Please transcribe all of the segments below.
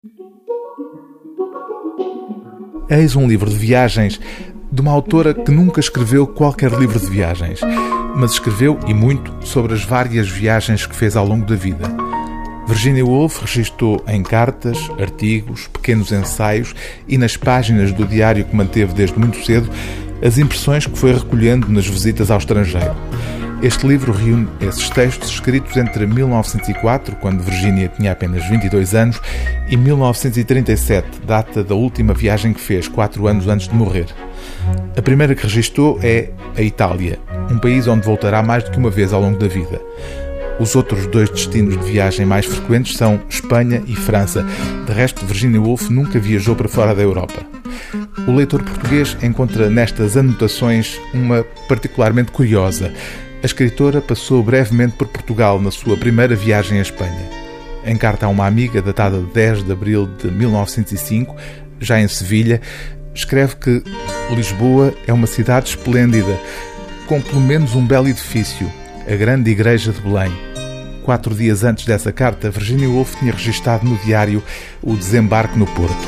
Eis um livro de viagens de uma autora que nunca escreveu qualquer livro de viagens, mas escreveu, e muito, sobre as várias viagens que fez ao longo da vida. Virginia Woolf registou em cartas, artigos, pequenos ensaios e nas páginas do diário que manteve desde muito cedo as impressões que foi recolhendo nas visitas ao estrangeiro. Este livro reúne esses textos escritos entre 1904, quando Virginia tinha apenas 22 anos, e 1937, data da última viagem que fez, 4 anos antes de morrer. A primeira que registou é a Itália, um país onde voltará mais do que uma vez ao longo da vida. Os outros 2 destinos de viagem mais frequentes são Espanha e França. De resto, Virginia Woolf nunca viajou para fora da Europa. O leitor português encontra nestas anotações uma particularmente curiosa. A escritora passou brevemente por Portugal na sua primeira viagem à Espanha. Em carta a uma amiga, datada de 10 de abril de 1905, já em Sevilha, escreve que Lisboa é uma cidade esplêndida, com pelo menos um belo edifício, a grande igreja de Belém. 4 dias antes dessa carta, Virginia Woolf tinha registado no diário o desembarque no Porto.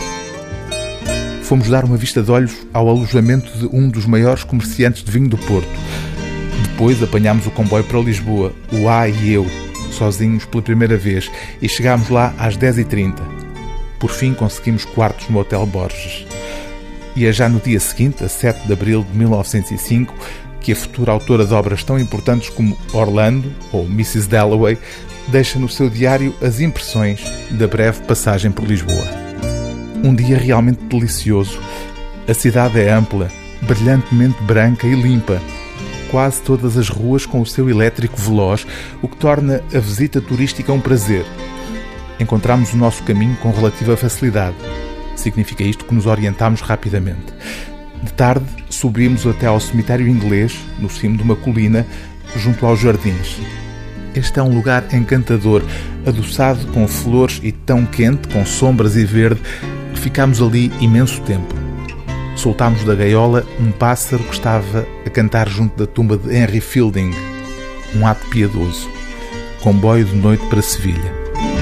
Fomos dar uma vista de olhos ao alojamento de um dos maiores comerciantes de vinho do Porto. Depois apanhámos o comboio para Lisboa, o A e eu, sozinhos pela primeira vez, e chegámos lá às 10h30. Por fim conseguimos quartos no Hotel Borges. E é já no dia seguinte, a 7 de abril de 1905, que a futura autora de obras tão importantes como Orlando, ou Mrs. Dalloway, deixa no seu diário as impressões da breve passagem por Lisboa. Um dia realmente delicioso. A cidade é ampla, brilhantemente branca e limpa. Quase todas as ruas com o seu elétrico veloz, o que torna a visita turística um prazer. Encontramos o nosso caminho com relativa facilidade. Significa isto que nos orientámos rapidamente. De tarde, subimos até ao cemitério inglês, no cimo de uma colina, junto aos jardins. Este é um lugar encantador, adoçado com flores e tão quente, com sombras e verde, que ficámos ali imenso tempo. Soltámos da gaiola um pássaro que estava a cantar junto da tumba de Henry Fielding. Um ato piedoso. Comboio de noite para Sevilha.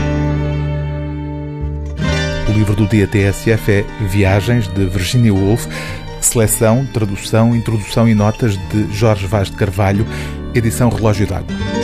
O livro do dia TSF é Viagens, de Virginia Woolf, seleção, tradução, introdução e notas de Jorge Vaz de Carvalho, edição Relógio d'Água.